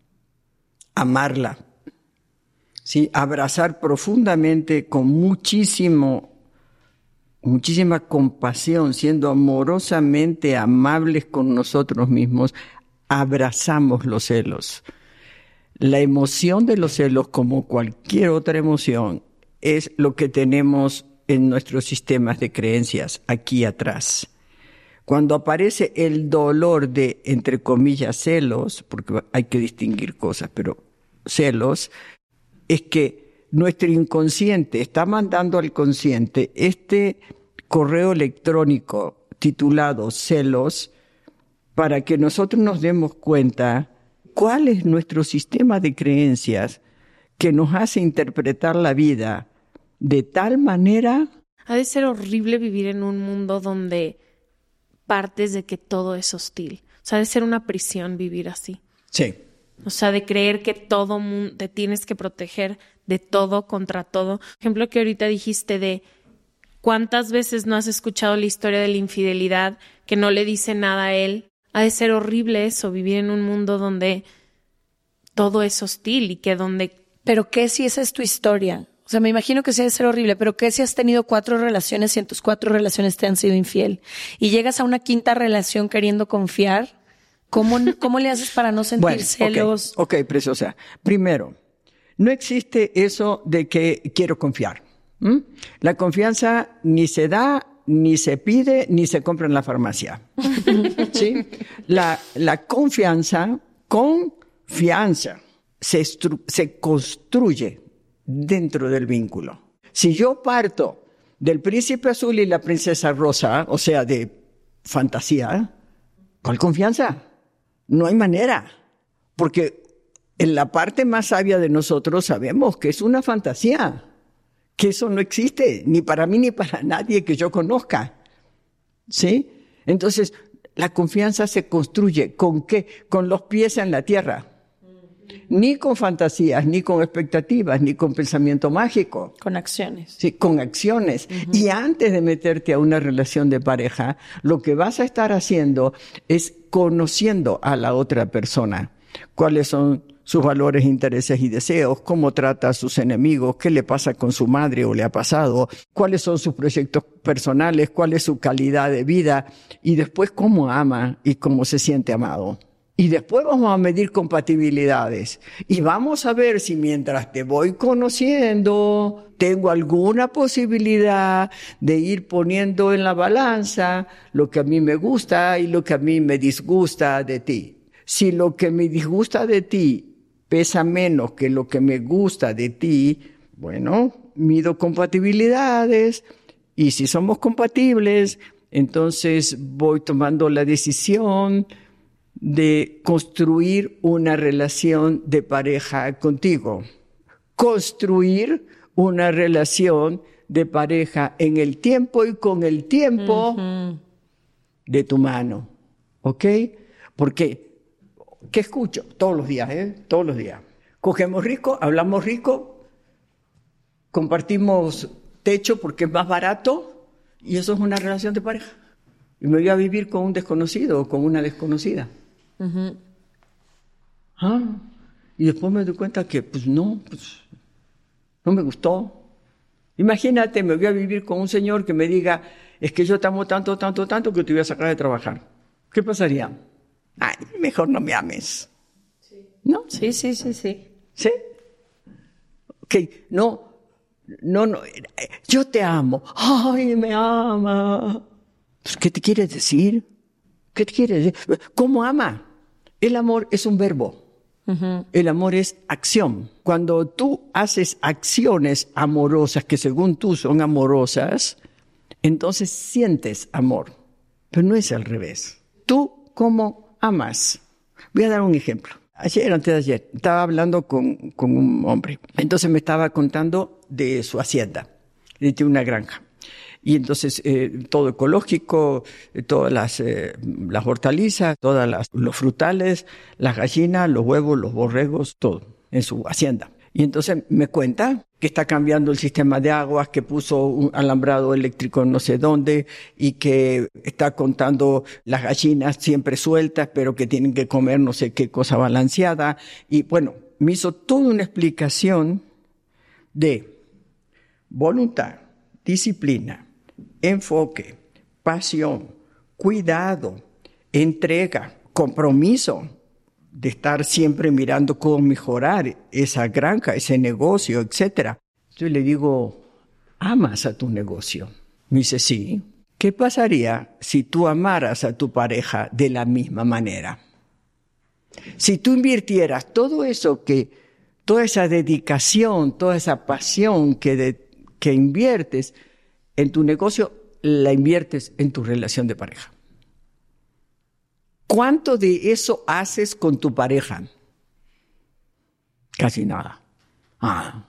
amarla. Sí, abrazar profundamente con muchísimo, muchísima compasión, siendo amorosamente amables con nosotros mismos, abrazamos los celos. La emoción de los celos, como cualquier otra emoción, es lo que tenemos en nuestros sistemas de creencias aquí atrás. Cuando aparece el dolor de, entre comillas, celos, porque hay que distinguir cosas, pero celos, es que nuestro inconsciente está mandando al consciente este correo electrónico titulado celos para que nosotros nos demos cuenta cuál es nuestro sistema de creencias que nos hace interpretar la vida de tal manera. Ha de ser horrible vivir en un mundo donde partes de que todo es hostil. O sea, ha de ser una prisión vivir así. Sí. O sea, de creer que todo mundo te tienes que proteger de todo contra todo. Por ejemplo, que ahorita dijiste de cuántas veces no has escuchado la historia de la infidelidad que no le dice nada a él. Ha de ser horrible eso, vivir en un mundo donde todo es hostil y que donde... Pero ¿qué si esa es tu historia? O sea, me imagino que sí debe ser horrible, pero ¿qué si has tenido cuatro relaciones y en tus cuatro relaciones te han sido infiel? Y llegas a una quinta relación queriendo confiar, ¿cómo, cómo le haces para no sentir bueno, celos? Ok, okay, preciosa. Primero, no existe eso de que quiero confiar. ¿Mm? La confianza ni se da, ni se pide, ni se compra en la farmacia. ¿Sí? La, la confianza, confianza, se, estru- se construye dentro del vínculo. Si yo parto del príncipe azul y la princesa rosa, o sea, de fantasía, ¿cuál confianza? No hay manera. Porque en la parte más sabia de nosotros sabemos que es una fantasía, que eso no existe, ni para mí ni para nadie que yo conozca. ¿Sí? Entonces, la confianza se construye ¿con qué? Con los pies en la tierra. Ni con fantasías, ni con expectativas, ni con pensamiento mágico. Con acciones. Sí, con acciones. Uh-huh. Y antes de meterte a una relación de pareja, lo que vas a estar haciendo es conociendo a la otra persona. ¿Cuáles son sus valores, intereses y deseos? ¿Cómo trata a sus enemigos? ¿Qué le pasa con su madre o le ha pasado? ¿Cuáles son sus proyectos personales? ¿Cuál es su calidad de vida? Y después, ¿cómo ama y cómo se siente amado? Y después vamos a medir compatibilidades. Y vamos a ver si mientras te voy conociendo, tengo alguna posibilidad de ir poniendo en la balanza lo que a mí me gusta y lo que a mí me disgusta de ti. Si lo que me disgusta de ti pesa menos que lo que me gusta de ti, bueno, mido compatibilidades. Y si somos compatibles, entonces voy tomando la decisión de construir una relación de pareja contigo. Construir una relación de pareja en el tiempo y con el tiempo uh-huh. de tu mano. ¿Ok? Porque, ¿qué escucho? Todos los días, ¿eh? Todos los días. Cogemos rico, hablamos rico, compartimos techo porque es más barato y eso es una relación de pareja. Y me voy a vivir con un desconocido o con una desconocida. Uh-huh. Ah, y después me doy cuenta que, pues no, pues no me gustó. Imagínate, me voy a vivir con un señor que me diga, es que yo te amo tanto, tanto, tanto que te voy a sacar de trabajar. ¿Qué pasaría? Ay, mejor no me ames. Sí. ¿No? Sí, sí, sí, sí. ¿Sí? Ok, no, no, no, yo te amo. Ay, me ama. Pues, ¿qué te quiere decir? ¿Qué te quiere decir? ¿Cómo ama? El amor es un verbo. Uh-huh. El amor es acción. Cuando tú haces acciones amorosas que según tú son amorosas, entonces sientes amor. Pero no es al revés. Tú, ¿cómo amas? Voy a dar un ejemplo. Ayer, antes de ayer, estaba hablando con, con un hombre. Entonces me estaba contando de su hacienda. Él tiene una granja. Y entonces eh, todo ecológico, eh, todas las, eh, las hortalizas, todos los frutales, las gallinas, los huevos, los borregos, todo en su hacienda. Y entonces me cuenta que está cambiando el sistema de aguas, que puso un alambrado eléctrico no sé dónde y que está contando las gallinas siempre sueltas, pero que tienen que comer no sé qué cosa balanceada. Y bueno, me hizo toda una explicación de voluntad, disciplina, enfoque, pasión, cuidado, entrega, compromiso de estar siempre mirando cómo mejorar esa granja, ese negocio, etcétera. Yo le digo, ¿amas a tu negocio? Me dice, sí. ¿Qué pasaría si tú amaras a tu pareja de la misma manera? Si tú invirtieras todo eso que, toda esa dedicación, toda esa pasión que, de, que inviertes en tu negocio, la inviertes en tu relación de pareja. ¿Cuánto de eso haces con tu pareja? Casi nada. Ah.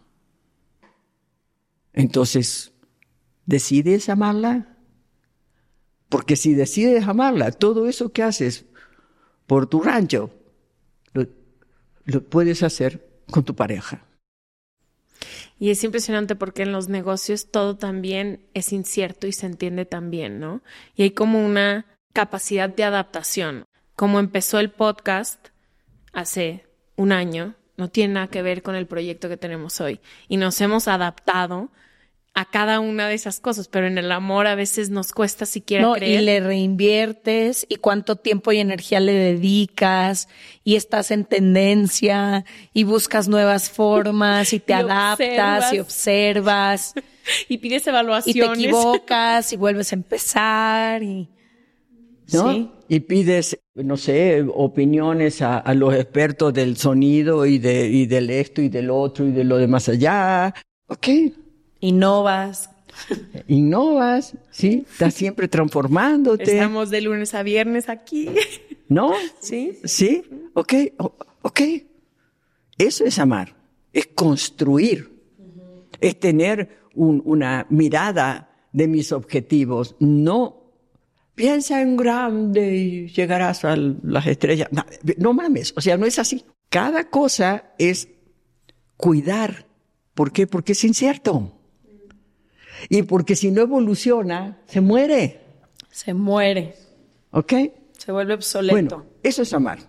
Entonces, ¿decides amarla? Porque si decides amarla, todo eso que haces por tu rancho, lo, lo puedes hacer con tu pareja. Y es impresionante porque en los negocios todo también es incierto y se entiende también, ¿no? Y hay como una capacidad de adaptación. Como empezó el podcast hace un año no tiene nada que ver con el proyecto que tenemos hoy. Y nos hemos adaptado a cada una de esas cosas, pero en el amor a veces nos cuesta siquiera no, creer. Y le reinviertes, y cuánto tiempo y energía le dedicas, y estás en tendencia, y buscas nuevas formas, y te Y adaptas, observas. y observas, Y pides y te evaluaciones. equivocas, y vuelves a empezar, y... ¿no? Sí. Y pides, no sé, opiniones a, a los expertos del sonido y, de, y del esto y del otro y de lo de más allá. Ok, Innovas. innovas, ¿sí? Estás siempre transformándote, Estamos de lunes a viernes aquí. ¿no? ¿Sí? ¿Sí? Ok, o- ok. Eso es amar, es construir, es tener un- una mirada de mis objetivos. No piensa en grande y llegarás a las estrellas. No, no mames, o sea, no es así. Cada cosa es cuidar. ¿Por qué? Porque es incierto. Y porque si no evoluciona, se muere. Se muere. ¿Ok? Se vuelve obsoleto. Bueno, eso es amar.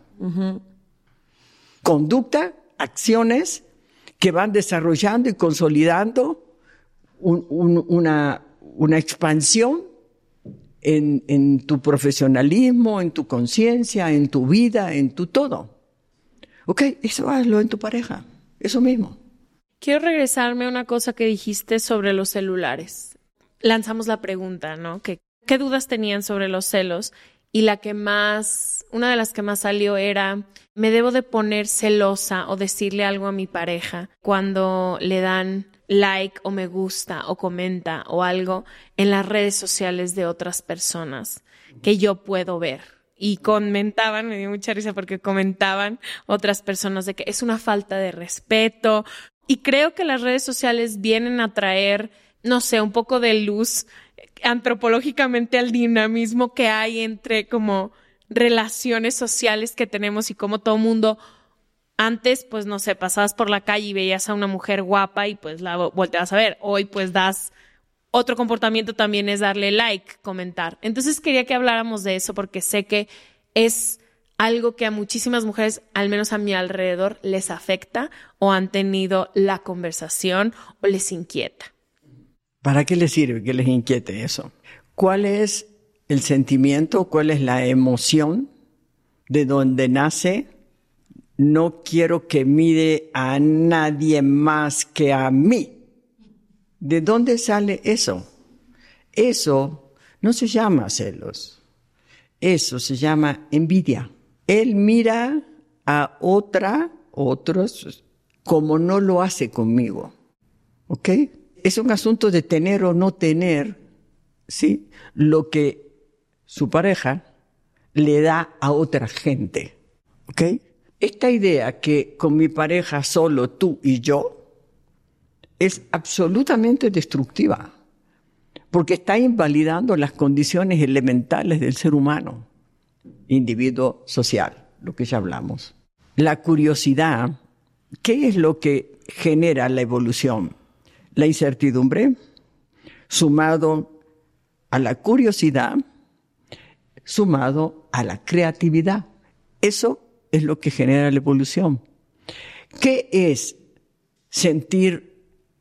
Conducta, acciones que van desarrollando y consolidando un- un- una, una expansión en, en tu profesionalismo, en tu conciencia, en tu vida, en tu todo. ¿Ok? Eso hazlo en tu pareja. Eso mismo. Quiero regresarme a una cosa que dijiste sobre los celulares. Lanzamos la pregunta, ¿no? ¿Qué, qué dudas tenían sobre los celos? Y la que más, una de las que más salió era, ¿me debo de poner celosa o decirle algo a mi pareja cuando le dan like o me gusta o comenta o algo en las redes sociales de otras personas que yo puedo ver? Y comentaban, me dio mucha risa porque comentaban otras personas de que es una falta de respeto. Y creo que las redes sociales vienen a traer, no sé, un poco de luz antropológicamente al dinamismo que hay entre como relaciones sociales que tenemos y como todo mundo antes, pues no sé, pasabas por la calle y veías a una mujer guapa y pues la volteabas a ver. Hoy pues das, otro comportamiento también es darle like, comentar. Entonces quería que habláramos de eso porque sé que es algo que a muchísimas mujeres, al menos a mi alrededor, les afecta o han tenido la conversación o les inquieta. ¿Para qué les sirve que les inquiete eso? ¿Cuál es el sentimiento? ¿Cuál es la emoción de donde nace? No quiero que mire a nadie más que a mí. ¿De dónde sale eso? Eso no se llama celos. Eso se llama envidia. Él mira a otra, otros, como no lo hace conmigo. ¿Ok? Es un asunto de tener o no tener, ¿sí? Lo que su pareja le da a otra gente. ¿Ok? Esta idea que con mi pareja solo tú y yo es absolutamente destructiva, porque está invalidando las condiciones elementales del ser humano, individuo social, lo que ya hablamos. La curiosidad, ¿qué es lo que genera la evolución? La incertidumbre, sumado a la curiosidad, sumado a la creatividad. Eso es lo que genera la evolución. ¿Qué es sentir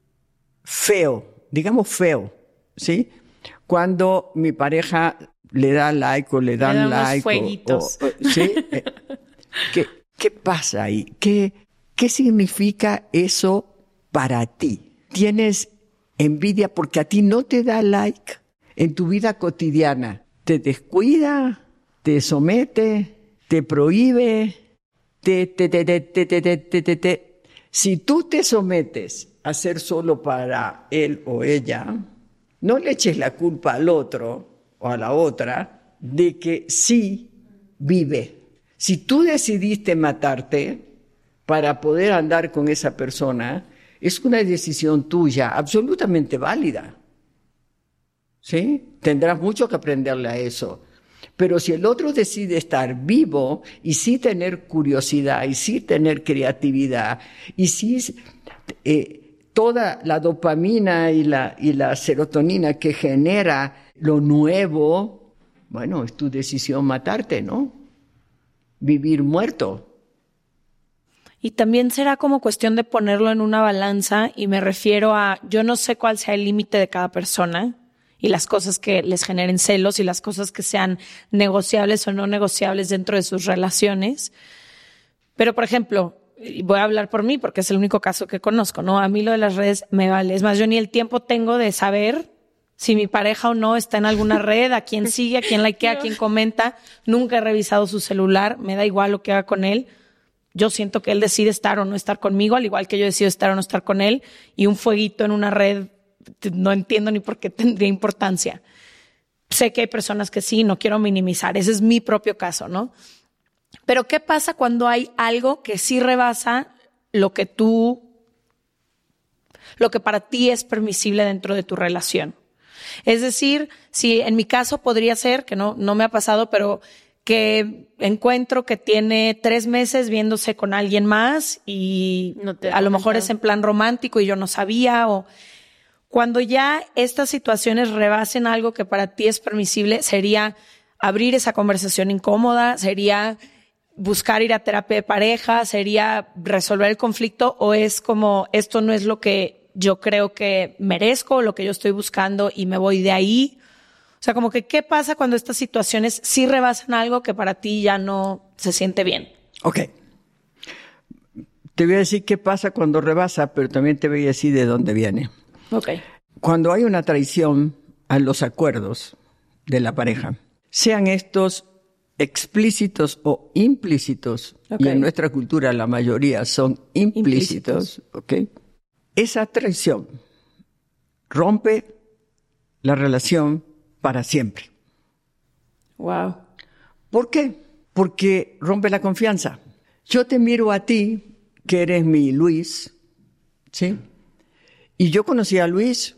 feo? Digamos feo, ¿sí? Cuando mi pareja le da like o le dan Le da unos like. fueguitos. O, o, ¿sí? ¿Qué, ¿Qué pasa ahí? ¿Qué, ¿Qué significa eso para ti? ¿Tienes envidia porque a ti no te da like en tu vida cotidiana? ¿Te descuida? ¿Te somete? ¿Te prohíbe? Te, te, te, te, te, te, te, te, te, te. Si tú te sometes a ser solo para él o ella, no le eches la culpa al otro o a la otra de que sí vive. Si tú decidiste matarte para poder andar con esa persona, es una decisión tuya, absolutamente válida. ¿Sí? Tendrás mucho que aprenderle a eso. Pero si el otro decide estar vivo y sí tener curiosidad y sí tener creatividad y sí eh, toda la dopamina y la, y la serotonina que genera lo nuevo, bueno, es tu decisión matarte, ¿no? Vivir muerto. Y también será como cuestión de ponerlo en una balanza, y me refiero a, yo no sé cuál sea el límite de cada persona y las cosas que les generen celos y las cosas que sean negociables o no negociables dentro de sus relaciones. Pero, por ejemplo, y voy a hablar por mí porque es el único caso que conozco, ¿no? A mí lo de las redes me vale. Es más, yo ni el tiempo tengo de saber si mi pareja o no está en alguna red, a quién sigue, a quién likea, a quién comenta. Nunca he revisado su celular, me da igual lo que haga con él. Yo siento que él decide estar o no estar conmigo, al igual que yo decido estar o no estar con él. Y un fueguito en una red, no entiendo ni por qué tendría importancia. Sé que hay personas que sí, no quiero minimizar. Ese es mi propio caso, ¿no? Pero ¿qué pasa cuando hay algo que sí rebasa lo que tú, lo que para ti es permisible dentro de tu relación? Es decir, si en mi caso podría ser, que no, no me ha pasado, pero que encuentro que tiene tres meses viéndose con alguien más y No te a lo mejor comentado. es en plan romántico y yo no sabía, o cuando ya estas situaciones rebasen algo que para ti es permisible, sería abrir esa conversación incómoda, sería buscar ir a terapia de pareja, sería resolver el conflicto, o es como esto no es lo que yo creo que merezco, lo que yo estoy buscando y me voy de ahí. O sea, como que ¿qué pasa cuando estas situaciones sí rebasan algo que para ti ya no se siente bien? Ok. Te voy a decir qué pasa cuando rebasa, pero también te voy a decir de dónde viene. Ok. Cuando hay una traición a los acuerdos de la pareja, sean estos explícitos o implícitos, Okay. y en nuestra cultura la mayoría son implícitos, Implícitos. ¿ok? Esa traición rompe la relación para siempre. Wow. ¿Por qué? Porque rompe la confianza. Yo te miro a ti, que eres mi Luis, ¿sí? Y yo conocí a Luis,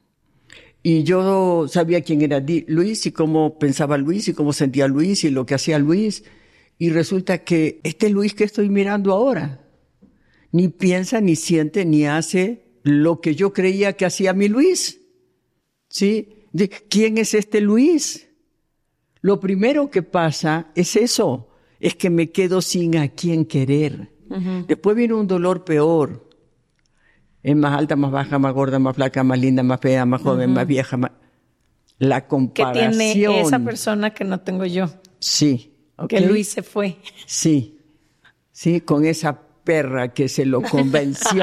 y yo sabía quién era Di- Luis, y cómo pensaba Luis, y cómo sentía Luis, y lo que hacía Luis. Y resulta que este Luis que estoy mirando ahora, ni piensa, ni siente, ni hace lo que yo creía que hacía mi Luis. ¿Sí? De, ¿quién es este Luis? Lo primero que pasa es eso, es que me quedo sin a quién querer. Uh-huh. Después viene un dolor peor. Es más alta, más baja, más gorda, más flaca, más linda, más fea, más joven, uh-huh. más vieja. Más... La comparación. Que tiene esa persona que no tengo yo. Sí. Okay. Que Luis se fue. Sí. Sí, con esa perra que se lo convenció.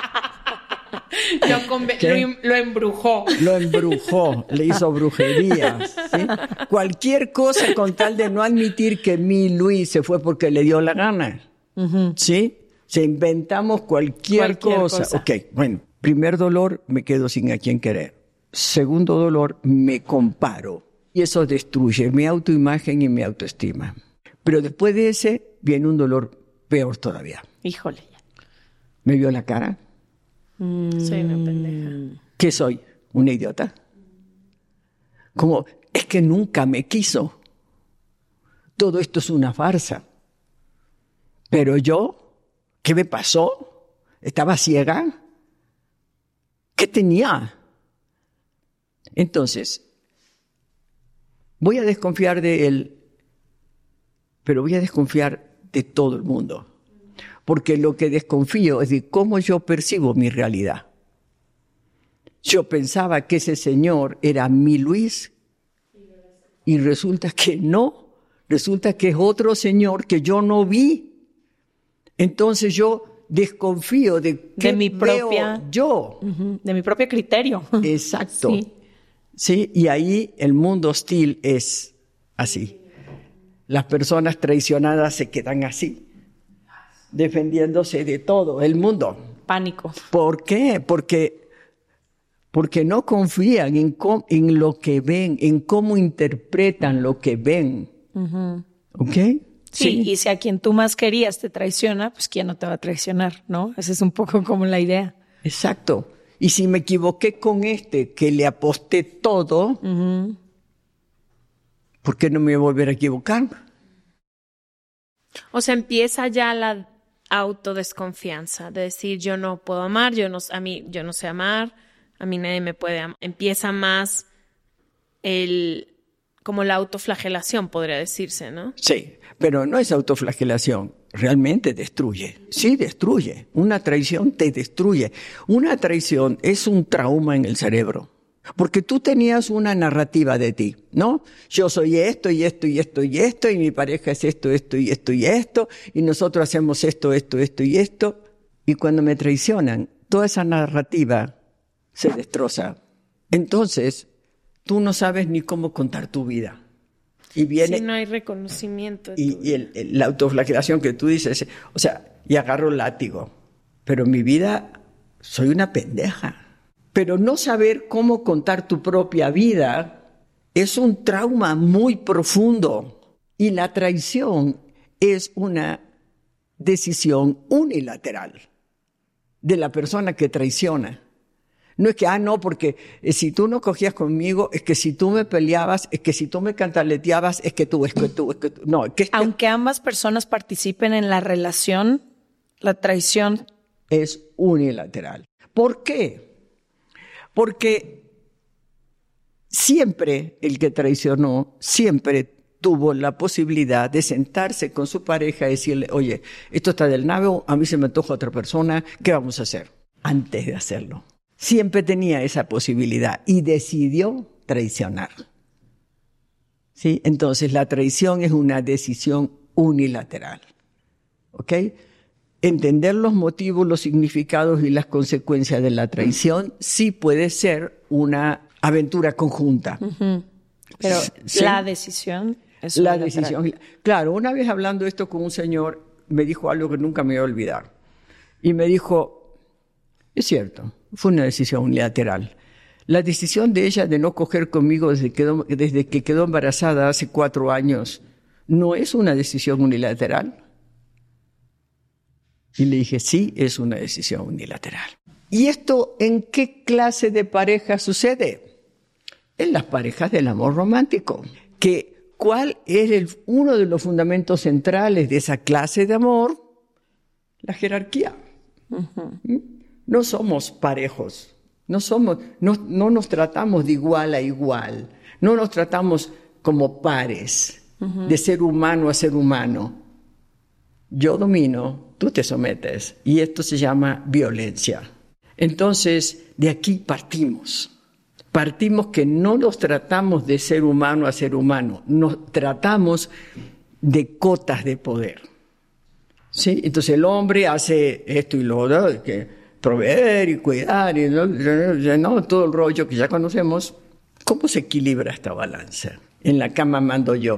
Lo, conven- lo, lo embrujó. Lo embrujó, le hizo brujería. ¿Sí? Cualquier cosa con tal de no admitir que mi Luis se fue porque le dio la gana. Uh-huh. ¿Sí? Se inventamos cualquier, cualquier cosa. cosa. Ok, bueno. Primer dolor, me quedo sin a quién querer. Segundo dolor, me comparo. Y eso destruye mi autoimagen y mi autoestima. Pero después de ese, viene un dolor peor todavía. Híjole. ¿Me vio la cara? Mm. Soy una pendeja. ¿Qué soy? ¿Una idiota? Como, es que nunca me quiso. Todo esto es una farsa. Pero yo, ¿qué me pasó? ¿Estaba ciega? ¿Qué tenía? Entonces, voy a desconfiar de él, pero voy a desconfiar de todo el mundo. Porque lo que desconfío es de cómo yo percibo mi realidad. Yo pensaba que ese señor era mi Luis y resulta que no, resulta que es otro señor que yo no vi. Entonces yo desconfío de qué de mi propia, veo yo. Uh-huh, de mi propio criterio. Exacto. Sí. Sí, y ahí el mundo hostil es así. Las personas traicionadas se quedan así, defendiéndose de todo el mundo. Pánico. ¿Por qué? Porque, porque no confían en, cómo, en lo que ven, en cómo interpretan lo que ven. Uh-huh. ¿Ok? Sí, sí, y si a quien tú más querías te traiciona, pues ¿quién no te va a traicionar? ¿No? Esa es un poco como la idea. Exacto. Y si me equivoqué con este, que le aposté todo, uh-huh. ¿por qué no me voy a volver a equivocar? O sea, empieza ya la autodesconfianza, de decir yo no puedo amar, yo no, a mí, yo no sé amar, a mí nadie me puede amar. Empieza más el, como la autoflagelación, podría decirse, ¿no? Sí, pero no es autoflagelación, realmente destruye. Sí, destruye. Una traición te destruye. Una traición es un trauma en el cerebro. Porque tú tenías una narrativa de ti, ¿no? Yo soy esto y esto y esto y esto, y mi pareja es esto, esto y esto y esto, y nosotros hacemos esto, esto, esto y esto. Y cuando me traicionan, toda esa narrativa se destroza. Entonces, tú no sabes ni cómo contar tu vida. Y viene... Si no hay reconocimiento. De y, y el, el, la autoflagelación que tú dices, o sea, y agarro el látigo. Pero en mi vida soy una pendeja. Pero no saber cómo contar tu propia vida es un trauma muy profundo. Y la traición es una decisión unilateral de la persona que traiciona. No es que, ah, no, porque si tú no cogías conmigo, es que si tú me peleabas, es que si tú me cantaleteabas, es que tú, es que tú, es que tú. No, es que... Aunque ambas personas participen en la relación, la traición es unilateral. ¿Por qué? Porque siempre el que traicionó, siempre tuvo la posibilidad de sentarse con su pareja y decirle, oye, esto está del nabo, a mí se me antoja otra persona, ¿qué vamos a hacer? Antes de hacerlo. Siempre tenía esa posibilidad y decidió traicionar. ¿Sí? Entonces la traición es una decisión unilateral. ¿Ok? Entender los motivos, los significados y las consecuencias de la traición sí puede ser una aventura conjunta. Uh-huh. Pero ¿sí? La decisión es la decisión. Claro, una vez hablando esto con un señor, me dijo algo que nunca me voy a olvidar. Y me dijo, es cierto, fue una decisión unilateral. La decisión de ella de no coger conmigo desde que quedó, desde que quedó embarazada hace cuatro años, ¿no es una decisión unilateral? Y le dije, sí, es una decisión unilateral. ¿Y esto en qué clase de pareja sucede? En las parejas del amor romántico. Que, ¿cuál es el, uno de los fundamentos centrales de esa clase de amor? La jerarquía. Uh-huh. No somos parejos. No, somos, no, no nos tratamos de igual a igual. No nos tratamos como pares, uh-huh. de ser humano a ser humano. Yo domino, tú te sometes, y esto se llama violencia. Entonces, de aquí partimos. Partimos que no nos tratamos de ser humano a ser humano, nos tratamos de cotas de poder. ¿Sí? Entonces el hombre hace esto y lo otro, que proveer y cuidar, y no, no, todo el rollo que ya conocemos. ¿Cómo se equilibra esta balanza? En la cama mando yo.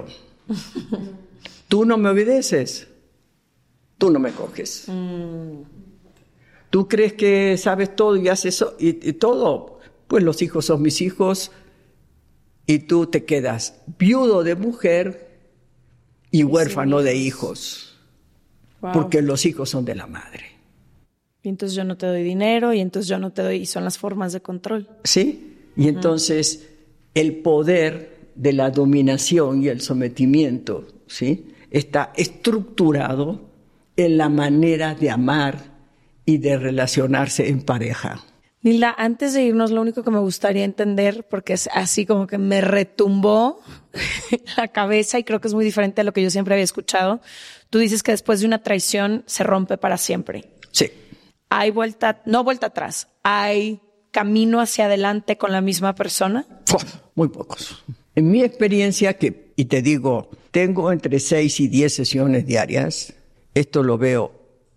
Tú no me obedeces. Tú no me coges. Mm. Tú crees que sabes todo y haces so- y, y todo. Pues los hijos son mis hijos y tú te quedas viudo de mujer y huérfano de hijos. Wow. Porque los hijos son de la madre. Y entonces yo no te doy dinero y entonces yo no te doy... Y son las formas de control. Sí. Y entonces uh-huh. el poder de la dominación y el sometimiento, ¿sí? Está estructurado en la manera de amar y de relacionarse en pareja. Nilda, antes de irnos, lo único que me gustaría entender, porque es así como que me retumbó la cabeza y creo que es muy diferente a lo que yo siempre había escuchado. Tú dices que después de una traición se rompe para siempre. Sí. ¿Hay vuelta, no vuelta atrás, hay camino hacia adelante con la misma persona? Muy pocos. En mi experiencia, que, y te digo, tengo entre seis y diez sesiones diarias. Esto lo veo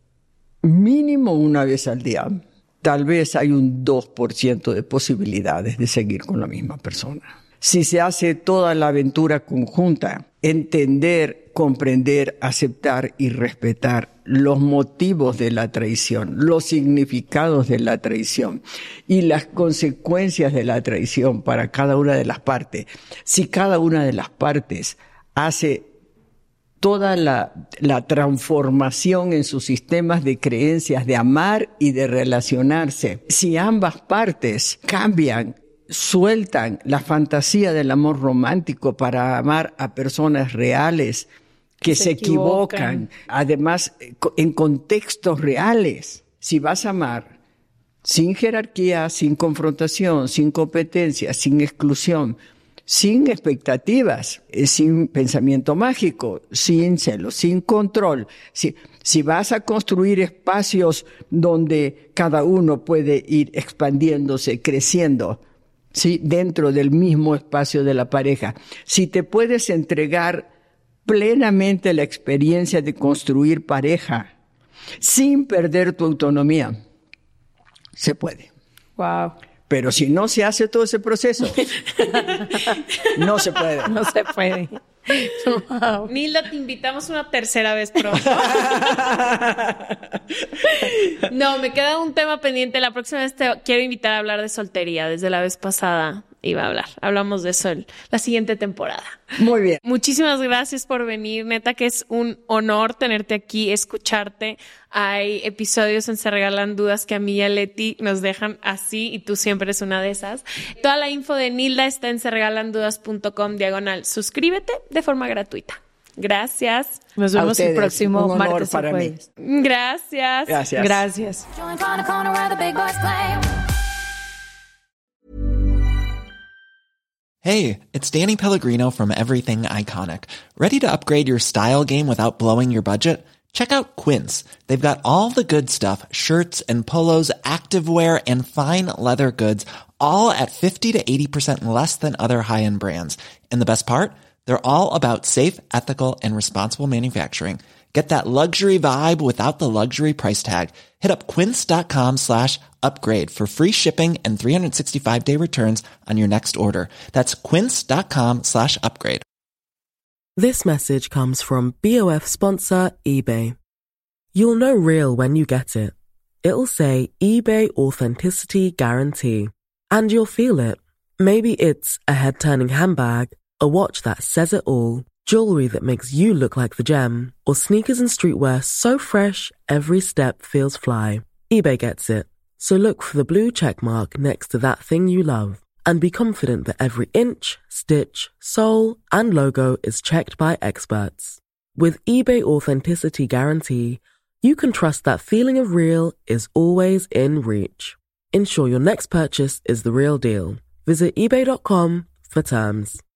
mínimo una vez al día. Tal vez hay un dos por ciento de posibilidades de seguir con la misma persona. Si se hace toda la aventura conjunta, entender, comprender, aceptar y respetar los motivos de la traición, los significados de la traición y las consecuencias de la traición para cada una de las partes. Si cada una de las partes hace toda la, la transformación en sus sistemas de creencias de amar y de relacionarse. Si ambas partes cambian, sueltan la fantasía del amor romántico para amar a personas reales que se, se equivocan. equivocan, además en contextos reales. Si vas a amar sin jerarquía, sin confrontación, sin competencia, sin exclusión, sin expectativas, sin pensamiento mágico, sin celos, sin control. Si, si vas a construir espacios donde cada uno puede ir expandiéndose, creciendo, ¿sí? Dentro del mismo espacio de la pareja, si te puedes entregar plenamente la experiencia de construir pareja sin perder tu autonomía, se puede. Wow. Pero si no se hace todo ese proceso, no se puede. No se puede. Wow. Nilda, te invitamos una tercera vez pronto. No, me queda un tema pendiente. La próxima vez te quiero invitar a hablar de soltería. Desde la vez pasada iba a hablar. Hablamos de eso en la siguiente temporada. Muy bien. Muchísimas gracias por venir. Neta que es un honor tenerte aquí, escucharte. Hay episodios en Se Regalan Dudas que a mí y a Leti nos dejan así y tú siempre eres una de esas. Toda la info de Nilda está en seregalandudas.com diagonal. Suscríbete de forma gratuita. Gracias. Nos vemos ustedes, el próximo un honor martes para o jueves. mí. Gracias. Gracias. Gracias. Hey, it's Danny Pellegrino from Everything Iconic. Ready to upgrade your style game without blowing your budget? Check out Quince. They've got all the good stuff, shirts and polos, activewear, and fine leather goods, all at fifty to eighty percent less than other high-end brands. And the best part? They're all about safe, ethical, and responsible manufacturing. Get that luxury vibe without the luxury price tag. Hit up quince.com slash upgrade for free shipping and three sixty-five day returns on your next order. That's quince.com slash upgrade. This message comes from B O F sponsor eBay. You'll know real when you get it. It'll say eBay Authenticity Guarantee. And you'll feel it. Maybe it's a head-turning handbag, a watch that says it all, jewelry that makes you look like the gem, or sneakers and streetwear so fresh every step feels fly. eBay gets it. So look for the blue check mark next to that thing you love. And be confident that every inch, stitch, sole, and logo is checked by experts. With eBay Authenticity Guarantee, you can trust that feeling of real is always in reach. Ensure your next purchase is the real deal. Visit ebay dot com for terms.